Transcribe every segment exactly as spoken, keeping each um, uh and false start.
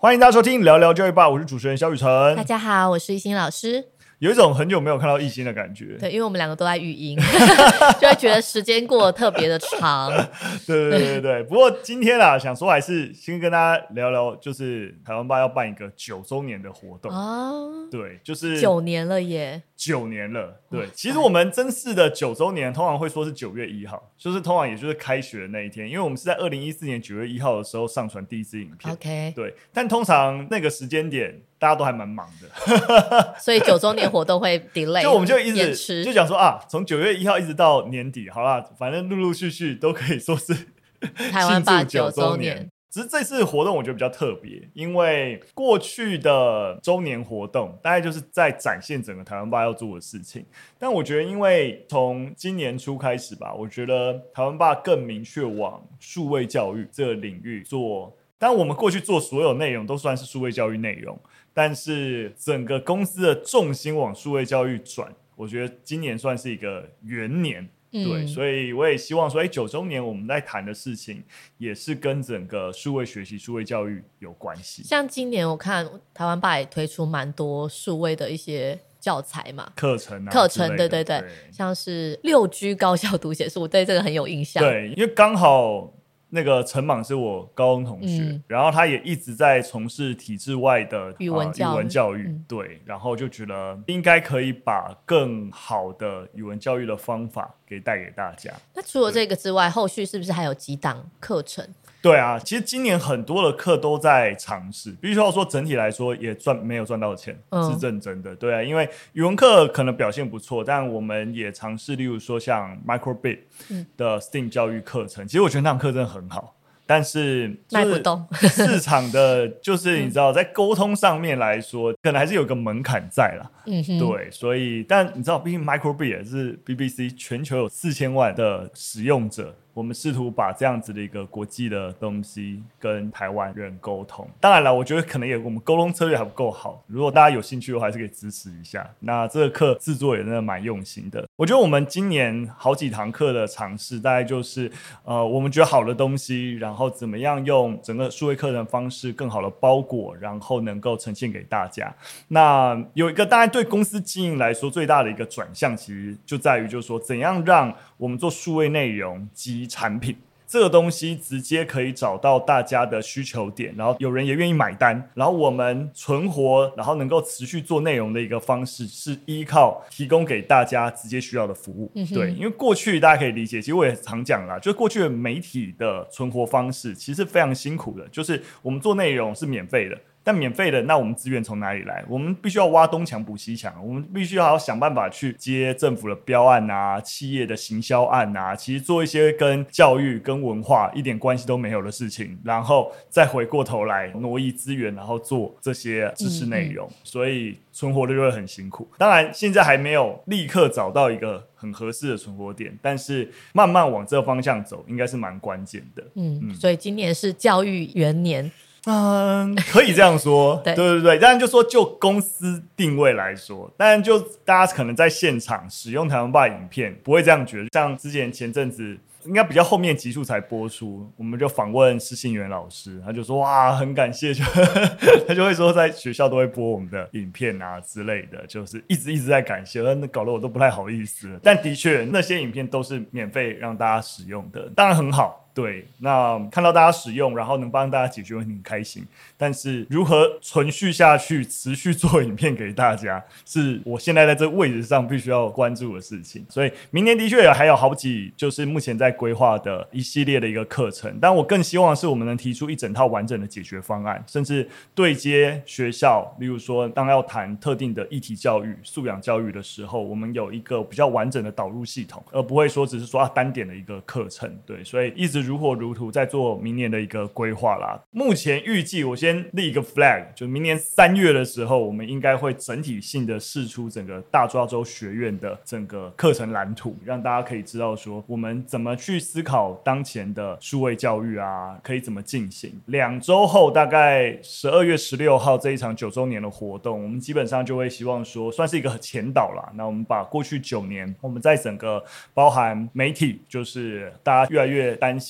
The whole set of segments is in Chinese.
欢迎大家收听聊聊教育吧，我是主持人萧雨晨。 大家好，我是一心老师。 有一种很久没有看到艺兴的感觉， 对，因为我们两个都在语音就会觉得时间过得特别的长对对对对不过今天啊，想说还是先跟大家聊聊，就是台湾吧要办一个九周年的活动哦。对，就是九年了耶， 九年了。对，其实我们正式的九周年通常会说是九月一号，就是通常也就是开学的那一天，因为我们是在二零一四年九月一号的时候上传第一支影片。 OK， 对，但通常那个时间点大家都还蛮忙的所以九周年活动会 delay 就我们就一延迟， 直就讲说啊，从九月一号一直到年底，好啦，反正陆陆续续都可以说是台湾吧九周年。只是这次活动我觉得比较特别，因为过去的周年活动大概就是在展现整个台湾吧要做的事情，但我觉得因为从今年初开始吧，我觉得台湾吧更明确往数位教育这个领域做。当然我们过去做所有内容都算是数位教育内容，但是整个公司的重心往数位教育转，我觉得今年算是一个元年。对，嗯、所以我也希望说，哎，九周年我们在谈的事情也是跟整个数位学习、数位教育有关系。 像今年我看台湾吧也推出蛮多数位的一些教材嘛， 课程啊， 课程，对对 对, 对，像是六 G 高效读写，是我对这个很有印象。 对，因为刚好那个陈莽是我高中同学、嗯、然后他也一直在从事体制外的语文教育、呃、 语文教育、嗯、对，然后就觉得应该可以把更好的语文教育的方法给带给大家。 那除了这个之外，后续是不是还有几档课程？ 对啊，其实今年很多的课都在尝试，必须要说整体来说也赚没有赚到钱、嗯、是认真的。对啊，因为语文课可能表现不错，但我们也尝试例如说像 Microbit 的 S T E A M 教育课程、嗯、其实我觉得那堂课真的很好，但是卖不动市场的就是你知道在沟通上面来说可能还是有个门槛在啦、嗯、对，所以但你知道毕竟 Microbit 也是 B B C 全球有四千万的使用者，我们试图把这样子的一个国际的东西跟台湾人沟通。当然了，我觉得可能也我们沟通策略还不够好，如果大家有兴趣的话还是可以支持一下。那这个课制作也真的蛮用心的。我觉得我们今年好几堂课的尝试大概就是呃，我们觉得好的东西，然后怎么样用整个数位课程方式更好的包裹，然后能够呈现给大家。那有一个当然对公司经营来说最大的一个转向，其实就在于就是说怎样让我们做数位内容及产品这个东西直接可以找到大家的需求点，然后有人也愿意买单，然后我们存活，然后能够持续做内容的一个方式是依靠提供给大家直接需要的服务、嗯、对，因为过去大家可以理解，其实我也常讲啦，就是过去的媒体的存活方式其实非常辛苦的，就是我们做内容是免费的，但免费的那我们资源从哪里来？我们必须要挖东墙补西墙，我们必须要想办法去接政府的标案啊，企业的行销案啊，其实做一些跟教育跟文化一点关系都没有的事情，然后再回过头来挪移资源，然后做这些知识内容、嗯嗯、所以存活的就会很辛苦。当然现在还没有立刻找到一个很合适的存活点，但是慢慢往这个方向走应该是蛮关键的。 嗯, 嗯所以今年是教育元年。 嗯，可以这样说对对对对，当然就说就公司定位来说，当然就大家可能在现场使用台湾吧影片不会这样觉得，像之前前阵子应该比较后面集数才播出，我们就访问施信元老师，他就说哇很感谢，就他就会说在学校都会播我们的影片啊之类的，就是一直一直在感谢，那搞得我都不太好意思了。但的确那些影片都是免费让大家使用的，当然很好，对，那看到大家使用，然后能帮大家解决问题很开心，但是如何存续下去持续做影片给大家是我现在在这个位置上必须要关注的事情。所以明年的确还有好几就是目前在规划的一系列的一个课程，但我更希望是我们能提出一整套完整的解决方案，甚至对接学校，例如说当要谈特定的议题教育素养教育的时候，我们有一个比较完整的导入系统，而不会说只是说、啊、单点的一个课程。对，所以一直如火如荼在做明年的一个规划啦。目前预计我先立一个 flag， 就明年三月的时候我们应该会整体性的释出整个大抓周学院的整个课程蓝图，让大家可以知道说我们怎么去思考当前的数位教育啊，可以怎么进行。两周后大概十二月十六号这一场九周年的活动，我们基本上就会希望说算是一个前导啦，那我们把过去九年我们在整个包含媒体，就是大家越来越担心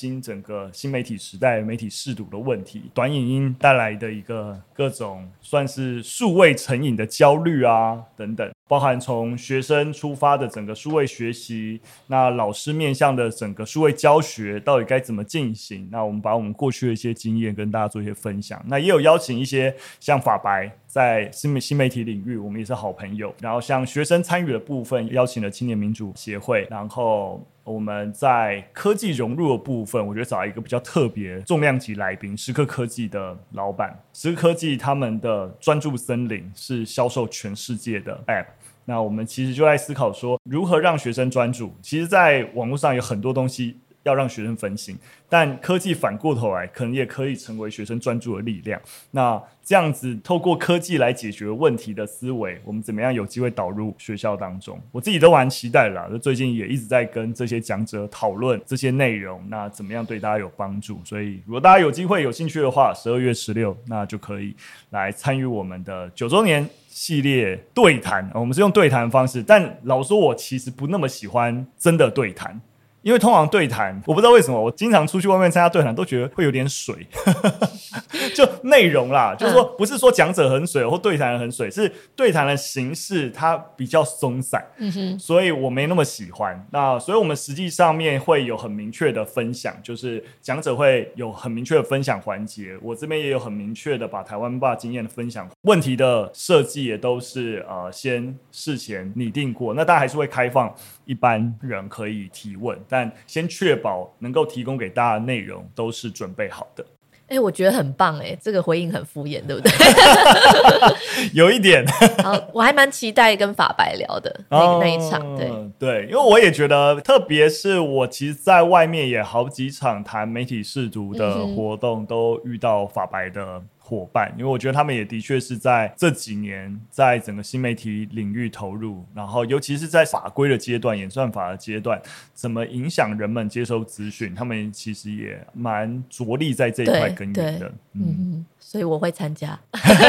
心整个新媒体时代媒体识读的问题，短影音带来的一个各种算是数位成瘾的焦虑啊等等，包含从学生出发的整个数位学习，那老师面向的整个数位教学到底该怎么进行，那我们把我们过去的一些经验跟大家做一些分享，那也有邀请一些像法白在新媒体领域我们也是好朋友，然后像学生参与的部分邀请了青年民主协会，然后我们在科技融入的部分我觉得找一个比较特别重量级来宾，时刻科技的老板，时刻科技他们的专注森林是销售全世界的 App，那我们其实就在思考说如何让学生专注，其实在网络上有很多东西要让学生分心，但科技反过头来可能也可以成为学生专注的力量，那这样子透过科技来解决问题的思维我们怎么样有机会导入学校当中，我自己都蛮期待的啦，最近也一直在跟这些讲者讨论这些内容，那怎么样对大家有帮助，所以如果大家有机会有兴趣的话十二月十六那就可以来参与我们的九周年系列对谈，我们是用对谈的方式，但老实说我其实不那么喜欢真的对谈，因为通常对谈我不知道为什么我经常出去外面参加对谈都觉得会有点水就内容啦，就是说不是说讲者很水或对谈人很水，是对谈的形式它比较松散、嗯、哼，所以我没那么喜欢，那所以我们实际上面会有很明确的分享，就是讲者会有很明确的分享环节，我这边也有很明确的把台湾吧经验的分享，问题的设计也都是呃先事前拟定过，那大家还是会开放一般人可以提问，但先确保能够提供给大家的内容都是准备好的。 欸，我觉得很棒欸，这个回应很敷衍对不对有一点好，我还蛮期待跟法白聊的那, 哦、 那一场，对对，因为我也觉得特别是我其实在外面也好几场谈媒体识读的活动都遇到法白的伙伴，因为我觉得他们也的确是在这几年在整个新媒体领域投入，然后尤其是在法规的阶段演算法的阶段怎么影响人们接收资讯，他们其实也蛮着力在这一块耕耘的。嗯, 嗯，所以我会参加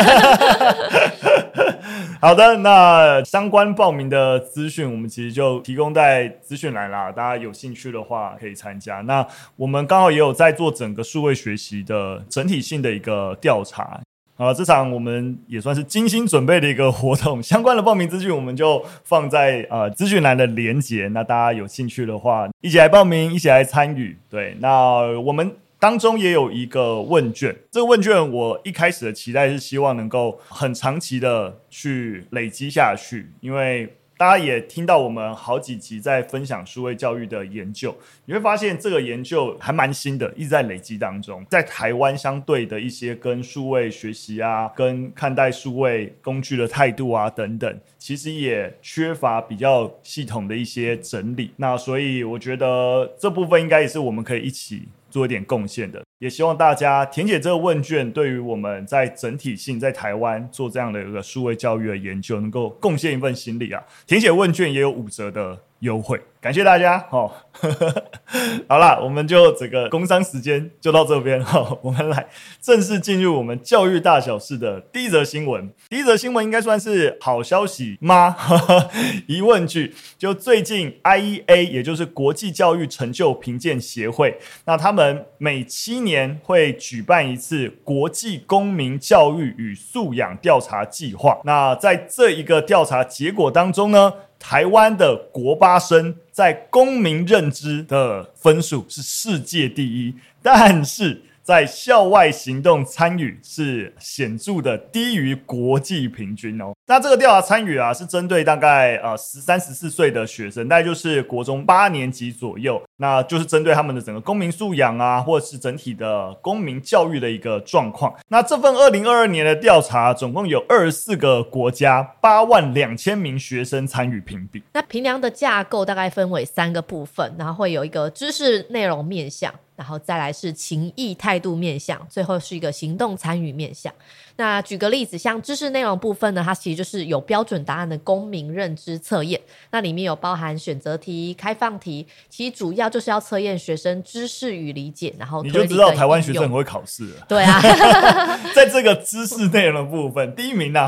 好的，那相关报名的资讯我们其实就提供在资讯栏啦，大家有兴趣的话可以参加，那我们刚好也有在做整个数位学习的整体性的一个调查，好，这场我们也算是精心准备的一个活动，相关的报名资讯我们就放在呃资讯栏的连结，那大家有兴趣的话一起来报名一起来参与。对，那我们当中也有一个问卷，这个问卷我一开始的期待是希望能够很长期的去累积下去，因为大家也听到我们好几集在分享数位教育的研究，你会发现这个研究还蛮新的，一直在累积当中，在台湾相对的一些跟数位学习啊跟看待数位工具的态度啊等等，其实也缺乏比较系统的一些整理，那所以我觉得这部分应该也是我们可以一起做一点贡献的，也希望大家填写这个问卷对于我们在整体性在台湾做这样的一个数位教育的研究能够贡献一份心力啊，填写问卷也有五折的优惠，感谢大家、哦、好啦，我们就整个工商时间就到这边、哦、我们来正式进入我们教育大小事的第一则新闻。第一则新闻应该算是好消息吗疑问句，就最近 I E A 也就是国际教育成就评鉴协会，那他们每七年会举办一次国际公民教育与素养调查计划，那在这一个调查结果当中呢，台湾的国八生在公民认知的分数是世界第一，但是在校外行动参与是显著的低于国际平均哦。那这个调查参与啊，是针对大概呃十三、十四岁的学生，大概就是国中八年级左右，那就是针对他们的整个公民素养啊，或者是整体的公民教育的一个状况。那这份二零二二年的调查，总共有二十四个国家，八万两千名学生参与评比。 那评量的架构大概分为三个部分，然后会有一个知识内容面向，然后再来是情意态度面向，最后是一个行动参与面向。那举个例子，像知识内容部分呢，它其实就是有标准答案的公民认知测验，那里面有包含选择题、开放题，其实主要就是要测验学生知识与理解，然后推理跟应用。你就知道台湾学生很会考试了。 对啊在这个知识内容的部分第一名啊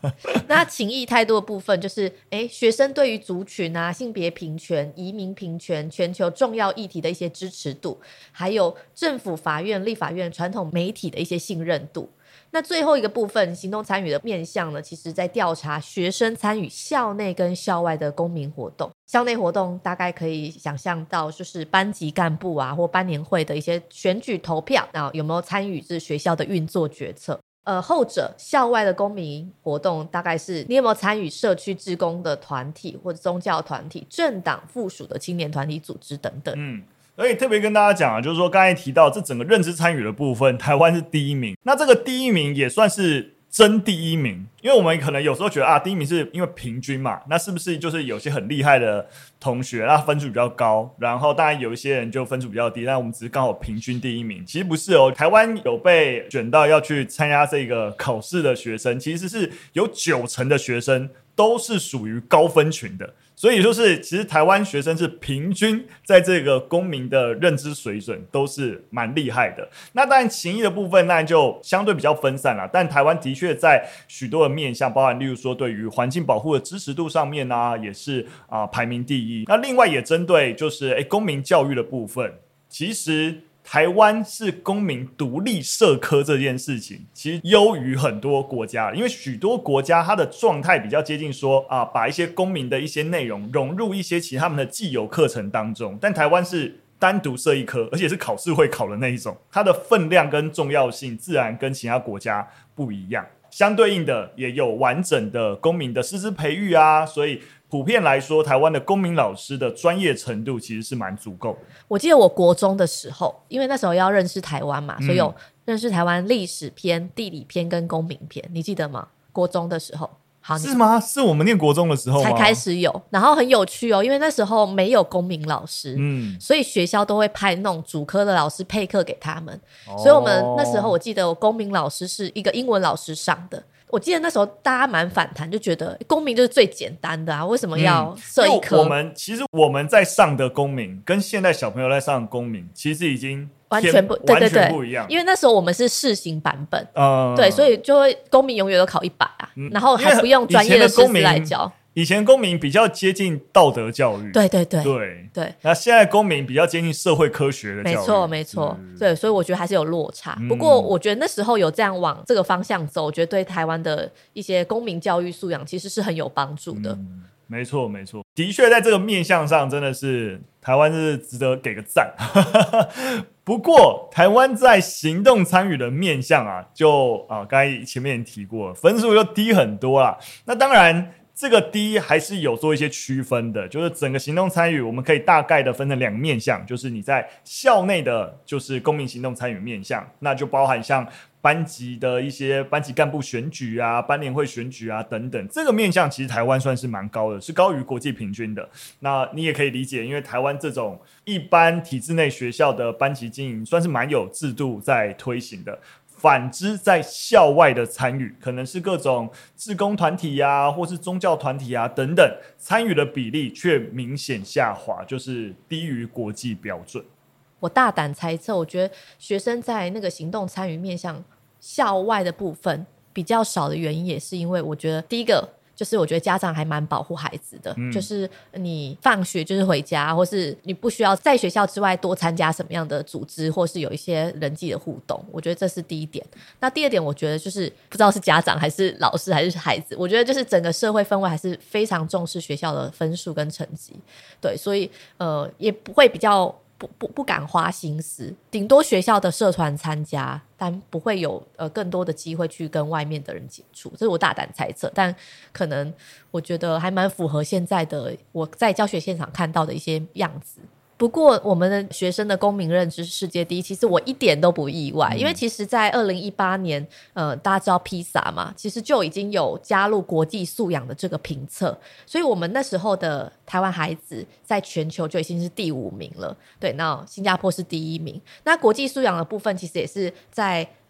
那情谊态度的部分就是诶学生对于族群啊、性别平权、移民平权、全球重要议题的一些支持度，还有政府、法院、立法院、传统媒体的一些信任度。那最后一个部分行动参与的面向呢，其实在调查学生参与校内跟校外的公民活动。校内活动大概可以想象到就是班级干部啊或班年会的一些选举投票，然后有没有参与是学校的运作决策。呃，后者校外的公民活动大概是你有没有参与社区志工的团体或者宗教团体、政党附属的青年团体组织等等。 嗯，所以特别跟大家讲啊，就是说刚才提到这整个认知参与的部分，台湾是第一名。那这个第一名也算是真第一名，因为我们可能有时候觉得啊，第一名是因为平均嘛，那是不是就是有些很厉害的同学，那分数比较高，然后当然有一些人就分数比较低，但我们只是刚好平均第一名。其实不是哦，台湾有被选到要去参加这个考试的学生，其实是有九成的学生都是属于高分群的。所以就是其实台湾学生是平均在这个公民的认知水准都是蛮厉害的。那当然情谊的部分那就相对比较分散啦，但台湾的确在许多的面向，包含例如说对于环境保护的支持度上面啊，也是、呃、排名第一。那另外也针对就是诶公民教育的部分，其实台湾是公民独立社科这件事情其实优于很多国家，因为许多国家它的状态比较接近说啊，把一些公民的一些内容融入一些其他们的既有课程当中，但台湾是单独设一科，而且是考试会考的那一种，它的分量跟重要性自然跟其他国家不一样。相对应的也有完整的公民的师资培育啊，所以普遍来说台湾的公民老师的专业程度其实是蛮足够的。 我记得我国中的时候，因为那时候要认识台湾嘛，所以有认识台湾历史篇、地理篇跟公民篇，你记得吗？国中的时候。好， 是吗？是我们念国中的时候吗？ 才开始有，然后很有趣哦，因为那时候没有公民老师， 嗯， 所以学校都会派那种主科的老师配课给他们、哦、所以我们那时候我记得我公民老师是一个英文老师上的。我记得那时候大家蛮反弹，就觉得公民就是最简单的啊，为什么要设一科、 嗯、我们其实我们在上的公民跟现在小朋友在上的公民其实已经完全不对对对， 完全不一样， 因为那时候我们是试行版本、 嗯、 对，所以就会公民永远都考一百啊、嗯，然后还不用专业的师资来教。 以前公民比较接近道德教育， 对对对对对， 那现在公民比较接近社会科学的教育， 没错没错、嗯、对，所以我觉得还是有落差、嗯、不过我觉得那时候有这样往这个方向走，我觉得对台湾的一些公民教育素养其实是很有帮助的、 嗯、没错没错，的确在这个面向上真的是台湾是值得给个赞不过台湾在行动参与的面向啊，就啊刚才前面也提过，分数又低很多啦。那当然这个低还是有做一些区分的，就是整个行动参与我们可以大概的分成两个面向，就是你在校内的就是公民行动参与面向，那就包含像班级的一些班级干部选举啊、班联会选举啊等等，这个面向其实台湾算是蛮高的，是高于国际平均的。那你也可以理解，因为台湾这种一般体制内学校的班级经营算是蛮有制度在推行的，反之在校外的参与可能是各种志工团体啊或是宗教团体啊等等，参与的比例却明显下滑，就是低于国际标准。 我大胆猜测，我觉得学生在那个行动参与面向校外的部分比较少的原因，也是因为我觉得第一个就是我觉得家长还蛮保护孩子的、嗯、就是你放学就是回家，或是你不需要在学校之外多参加什么样的组织，或是有一些人际的互动，我觉得这是第一点。那第二点我觉得就是不知道是家长还是老师还是孩子，我觉得就是整个社会氛围还是非常重视学校的分数跟成绩，对，所以呃也不会比较不, 不, 不敢花心思，顶多学校的社团参加，但不会有呃更多的机会去跟外面的人接触，这是我大胆猜测，但可能我觉得还蛮符合现在的我在教学现场看到的一些样子。不过我们的学生的公民认知世界第一，其实我一点都不意外、嗯、因为其实在二零一八年呃，大家知道披萨嘛，其实就已经有加入国际素养的这个评测，所以我们那时候的台湾孩子在全球就已经是第五名了，对，那新加坡是第一名。那国际素养的部分其实也是在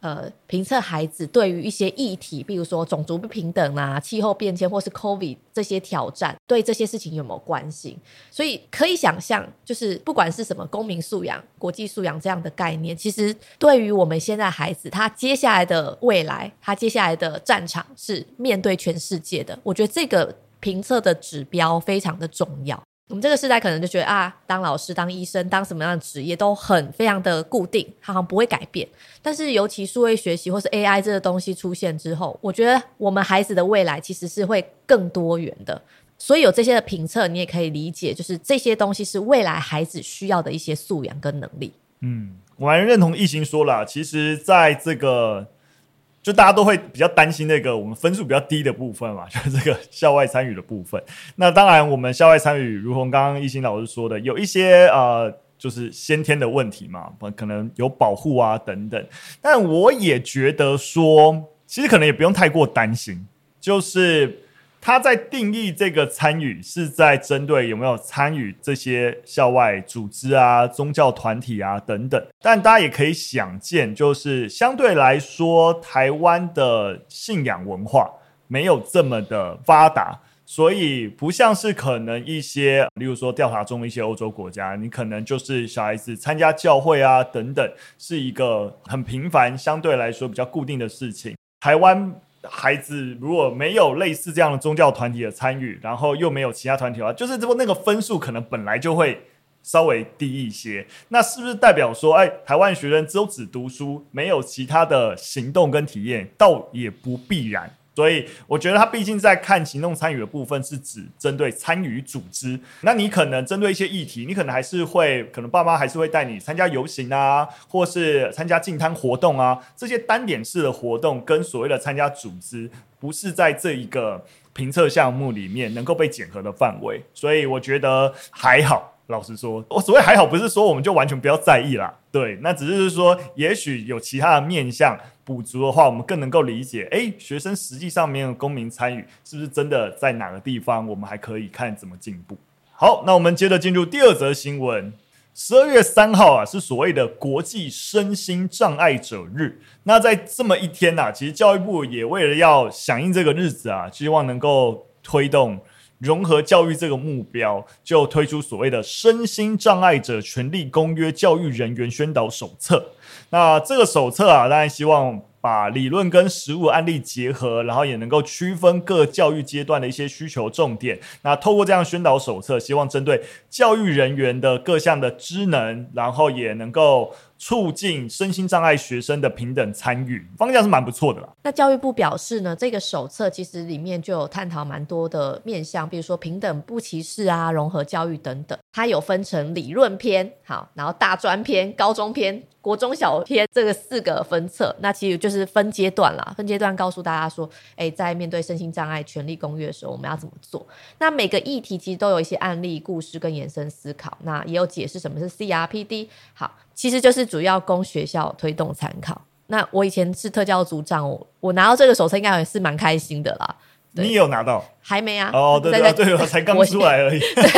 呃评测孩子对于一些议题，比如说种族不平等啊、气候变迁或是 COVID 这些挑战，对这些事情有没有关心。所以可以想象，就是不管是什么公民素养、国际素养这样的概念，其实对于我们现在孩子，他接下来的未来，他接下来的战场是面对全世界的。我觉得这个评测的指标非常的重要。我们这个时代可能就觉得啊，当老师、当医生、当什么样的职业都很非常的固定，它好像不会改变。但是尤其数位学习或是 A I 这个东西出现之后，我觉得我们孩子的未来其实是会更多元的。所以有这些的评测，你也可以理解，就是这些东西是未来孩子需要的一些素养跟能力。 嗯，我蛮认同奕欣说啦，其实在这个就大家都会比较担心那个我们分数比较低的部分嘛，就是这个校外参与的部分。那当然我们校外参与如同刚刚奕欣老师说的，有一些呃就是先天的问题嘛，可能有保护啊等等。但我也觉得说其实可能也不用太过担心，就是他在定义这个参与是在针对有没有参与这些校外组织啊、宗教团体啊等等，但大家也可以想见，就是相对来说台湾的信仰文化没有这么的发达，所以不像是可能一些例如说调查中的一些欧洲国家，你可能就是小孩子参加教会啊等等是一个很频繁相对来说比较固定的事情。台湾孩子如果没有类似这样的宗教团体的参与，然后又没有其他团体的话，就是那个分数可能本来就会稍微低一些。那是不是代表说，哎，台湾学生只有只读书，没有其他的行动跟体验？倒也不必然。所以我觉得他毕竟在看行动参与的部分是指针对参与组织，那你可能针对一些议题，你可能还是会可能爸妈还是会带你参加游行啊，或是参加净滩活动啊，这些单点式的活动跟所谓的参加组织不是在这一个评测项目里面能够被检核的范围，所以我觉得还好。老实说，我所谓还好不是说我们就完全不要在意啦，对，那只是说也许有其他的面向补足的话，我们更能够理解，哎，学生实际上面的公民参与是不是真的在哪个地方我们还可以看怎么进步。好，那我们接着进入第二则新闻。十二月三号啊，是所谓的国际身心障碍者日。那在这么一天啊，其实教育部也为了要响应这个日子啊，希望能够推动融合教育这个目标，就推出所谓的身心障碍者权利公约教育人员宣导手册。那这个手册啊，当然希望把理论跟实务案例结合，然后也能够区分各教育阶段的一些需求重点。那透过这样宣导手册，希望针对教育人员的各项的知能，然后也能够促进身心障碍学生的平等参与，方向是蛮不错的啦。 那教育部表示呢，这个手册其实里面就有探讨蛮多的面向，比如说平等不歧视啊、融合教育等等。它有分成理论篇，好，然后大专篇、高中篇、国中小篇这个四个分册。那其实就是分阶段啦，分阶段告诉大家说，哎，在面对身心障碍权利公约的时候，我们要怎么做？那每个议题其实都有一些案例、故事跟延伸思考，那也有解释什么是 C R P D。好，其实就是主要供学校推动参考。那我以前是特教组长， 我, 我拿到这个手册应该也是蛮开心的啦。 你也有拿到？ 还没啊。 哦，对对对，我才刚出来而已。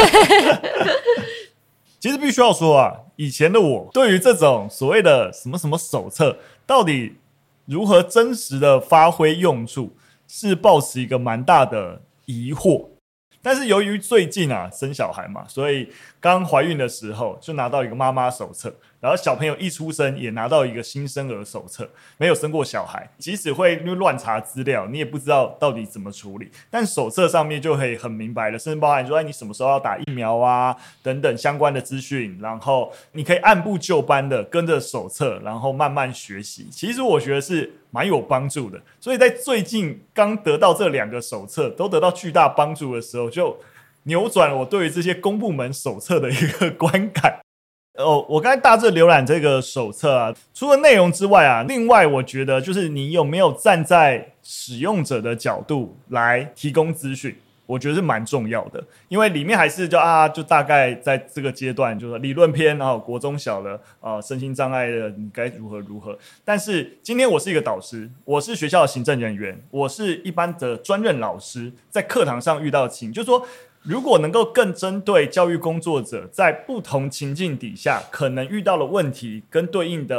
其实必须要说啊，以前的我对于这种所谓的什么什么手册到底如何真实的发挥用处，是抱持一个蛮大的疑惑。但是由于最近啊生小孩嘛，所以刚怀孕的时候就拿到一个妈妈手册，然后小朋友一出生也拿到一个新生儿手册。没有生过小孩，即使会乱查资料，你也不知道到底怎么处理，但手册上面就可以很明白了，甚至包含说，哎，你什么时候要打疫苗啊等等相关的资讯，然后你可以按部就班的跟着手册，然后慢慢学习。其实我觉得是蛮有帮助的，所以在最近刚得到这两个手册都得到巨大帮助的时候，就扭转了我对于这些公部门手册的一个观感。哦，我刚才大致浏览这个手册啊，除了内容之外啊，另外我觉得就是你有没有站在使用者的角度来提供资讯，我觉得是蛮重要的。因为里面还是就啊，就大概在这个阶段，就是理论篇，然后国中小的呃身心障碍的你该如何如何。但是今天我是一个导师，我是学校的行政人员，我是一般的专任老师，在课堂上遇到的情，就是说，如果能够更针对教育工作者在不同情境底下可能遇到的问题跟对应的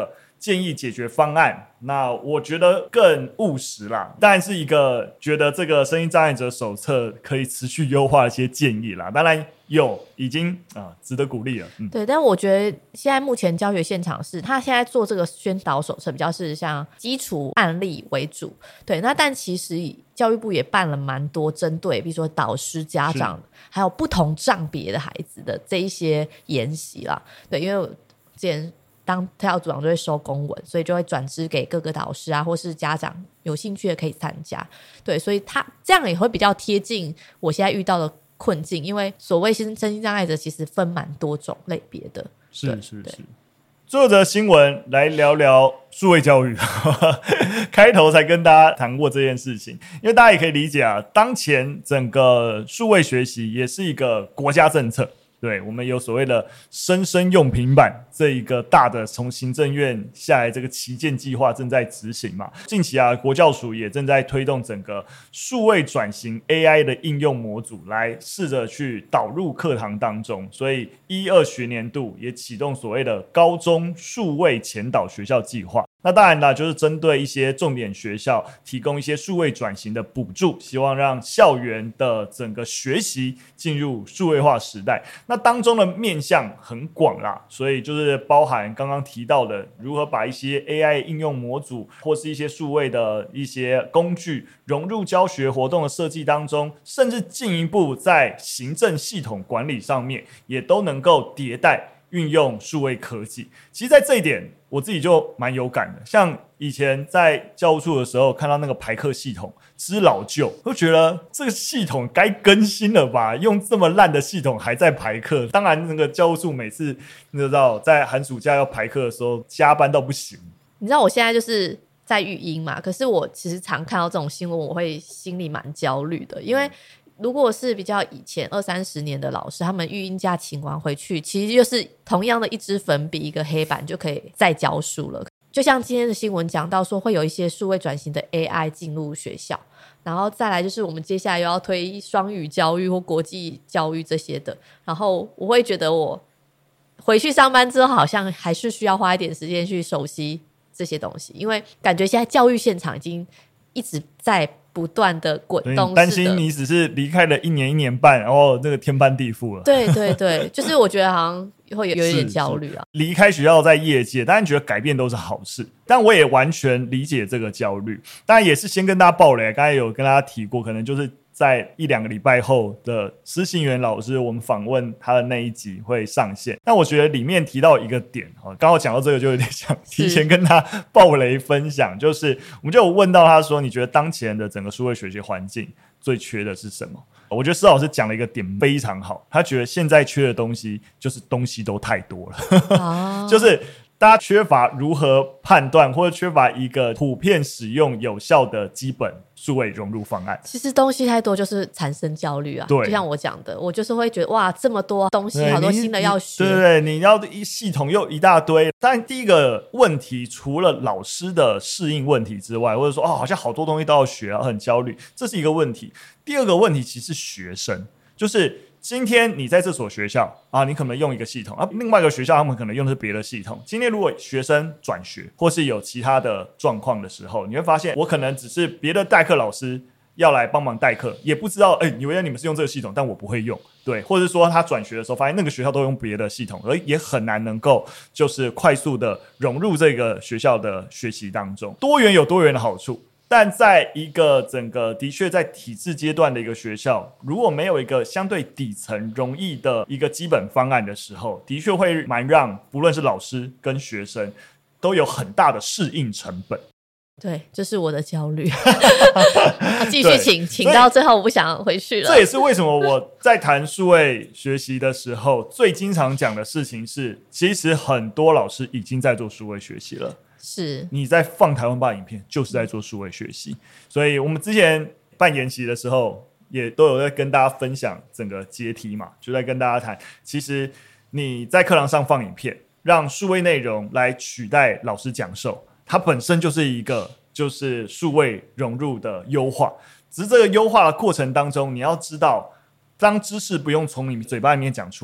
建议解决方案，那我觉得更务实啦，当然是一个觉得这个身心障碍者手册可以持续优化的一些建议啦，当然有已经啊值得鼓励了、嗯、 对，但我觉得现在目前教学现场是他现在做这个宣导手册比较是像基础案例为主，对，那但其实教育部也办了蛮多针对比如说导师家长还有不同障别的孩子的这一些研习啦，对，因为我之前当特教组长就会收公文，所以就会转支给各个导师啊或是家长有兴趣的可以参加，对，所以他这样也会比较贴近我现在遇到的困境，因为所谓身心障碍者其实分蛮多种类别的， 是是是。最后则新闻来聊聊数位教育开头才跟大家谈过这件事情，因为大家也可以理解啊，当前整个数位学习也是一个国家政策，对，我们有所谓的生生用平板这一个大的从行政院下来这个旗舰计划正在执行嘛，近期啊国教署也正在推动整个数位转型 A I 的应用模组来试着去导入课堂当中，所以一二学年度也启动所谓的高中数位前导学校计划，那当然啦，就是针对一些重点学校提供一些数位转型的补助，希望让校园的整个学习进入数位化时代。那当中的面向很广啦，所以就是包含刚刚提到的如何把一些 A I 应用模组或是一些数位的一些工具融入教学活动的设计当中，甚至进一步在行政系统管理上面也都能够迭代运用数位科技。其实在这一点我自己就蛮有感的，像以前在教务处的时候看到那个排课系统之老旧，就觉得这个系统该更新了吧，用这么烂的系统还在排课。当然那个教务处每次你知道在寒暑假要排课的时候加班到不行。 你知道我现在就是在育婴嘛，可是我其实常看到这种新闻我会心里蛮焦虑的，因为如果是比较以前二三十年的老师，他们育婴假请完回去，其实就是同样的一支粉笔一个黑板就可以再教书了。就像今天的新闻讲到说会有一些数位转型的 A I 进入学校，然后再来就是我们接下来又要推双语教育或国际教育这些的，然后我会觉得我回去上班之后好像还是需要花一点时间去熟悉这些东西，因为感觉现在教育现场已经一直在不断的滚动式的， 担心你只是离开了一年一年半然后那个天翻地覆了。 对对对，就是我觉得好像会有一点焦虑啊。 离开学校在业界当然觉得改变都是好事，但我也完全理解这个焦虑，当然也是先跟大家爆雷，刚才有跟大家提过，可能就是在一两个礼拜后的施信元老师我们访问他的那一集会上线。但我觉得里面提到一个点，刚好讲到这个就有点想提前跟他爆雷分享，就是我们就有问到他说你觉得当前的整个数位学习环境最缺的是什么。我觉得施老师讲了一个点非常好，他觉得现在缺的东西就是东西都太多了、哦、就是大家缺乏如何判断，或者缺乏一个普遍使用有效的基本数位融入方案。 其实东西太多就是产生焦虑啊，就像我讲的，我就是会觉得哇这么多东西，好多新的要学， 对对对，你要一系统又一大堆。但第一个问题除了老师的适应问题之外，或者说哦好像好多东西都要学啊，很焦虑，这是一个问题。第二个问题其实是学生，就是今天你在这所学校啊，你可能用一个系统啊，另外一个学校他们可能用的是别的系统。今天如果学生转学或是有其他的状况的时候，你会发现我可能只是别的代课老师要来帮忙代课，也不知道哎，以为你们是用这个系统，但我不会用，对，或者说他转学的时候发现那个学校都用别的系统，而也很难能够就是快速的融入这个学校的学习当中。多元有多元的好处，但在一个整个的确在体制阶段的一个学校，如果没有一个相对底层容易的一个基本方案的时候，的确会蛮让不论是老师跟学生都有很大的适应成本。 对，这是我的焦虑继续请请到最后我不想回去了。 这也是为什么我在谈数位学习的时候最经常讲的事情是，其实很多老师已经在做数位学习了，是你在放台湾吧影片就是在做数位学习。所以我们之前办研习的时候也都有在跟大家分享整个阶梯嘛，就在跟大家谈，其实你在课堂上放影片，让数位内容来取代老师讲授，它本身就是一个就是数位融入的优化。只是这个优化的过程当中，你要知道当知识不用从你嘴巴里面讲出来，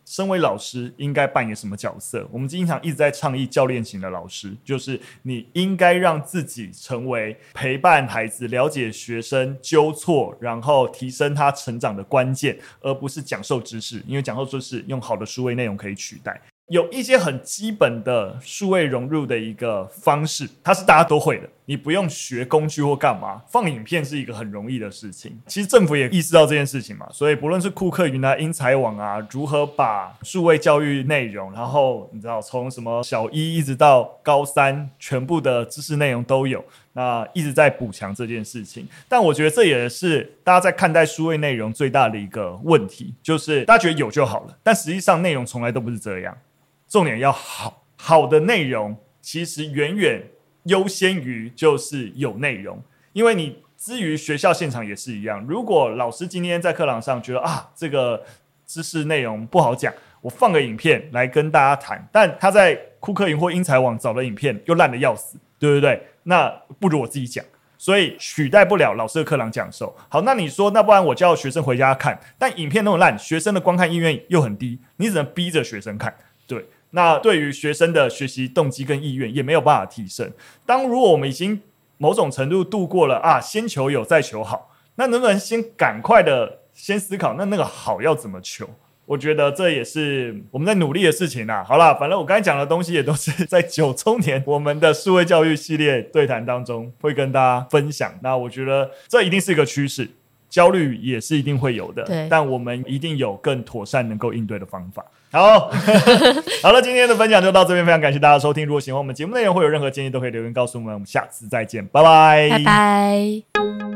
身为老师应该扮演什么角色？我们经常一直在倡议教练型的老师，就是你应该让自己成为陪伴孩子、了解学生纠错，然后提升他成长的关键，而不是讲授知识，因为讲授知识用好的数位内容可以取代。有一些很基本的数位融入的一个方式，它是大家都会的，你不用学工具或干嘛，放影片是一个很容易的事情。其实政府也意识到这件事情嘛，所以不论是库克云啊、英才网啊，如何把数位教育内容，然后你知道从什么小一一直到高三，全部的知识内容都有，那一直在补强这件事情。但我觉得这也是大家在看待数位内容最大的一个问题，就是大家觉得有就好了，但实际上内容从来都不是这样。重点要好，好的内容其实远远优先于就是有内容，因为你至于学校现场也是一样，如果老师今天在课堂上觉得啊这个知识内容不好讲，我放个影片来跟大家谈，但他在库克云或英才网找的影片又烂得要死，对不对？那不如我自己讲，所以取代不了老师的课堂讲授。好，那你说那不然我叫学生回家看，但影片那么烂，学生的观看意愿又很低，你只能逼着学生看，对，那对于学生的学习动机跟意愿也没有办法提升。当如果我们已经某种程度度过了啊先求有再求好，那能不能先赶快的先思考那那个好要怎么求？我觉得这也是我们在努力的事情啊。好啦，反正我刚才讲的东西也都是在九周年我们的数位教育系列对谈当中会跟大家分享。那我觉得这一定是一个趋势，焦虑也是一定会有的，但我们一定有更妥善能够应对的方法。好好了，今天的分享就到这边，非常感谢大家的收听。如果喜欢我们节目内容，会有任何建议都可以留言告诉我们。我们下次再见，拜拜， 拜拜。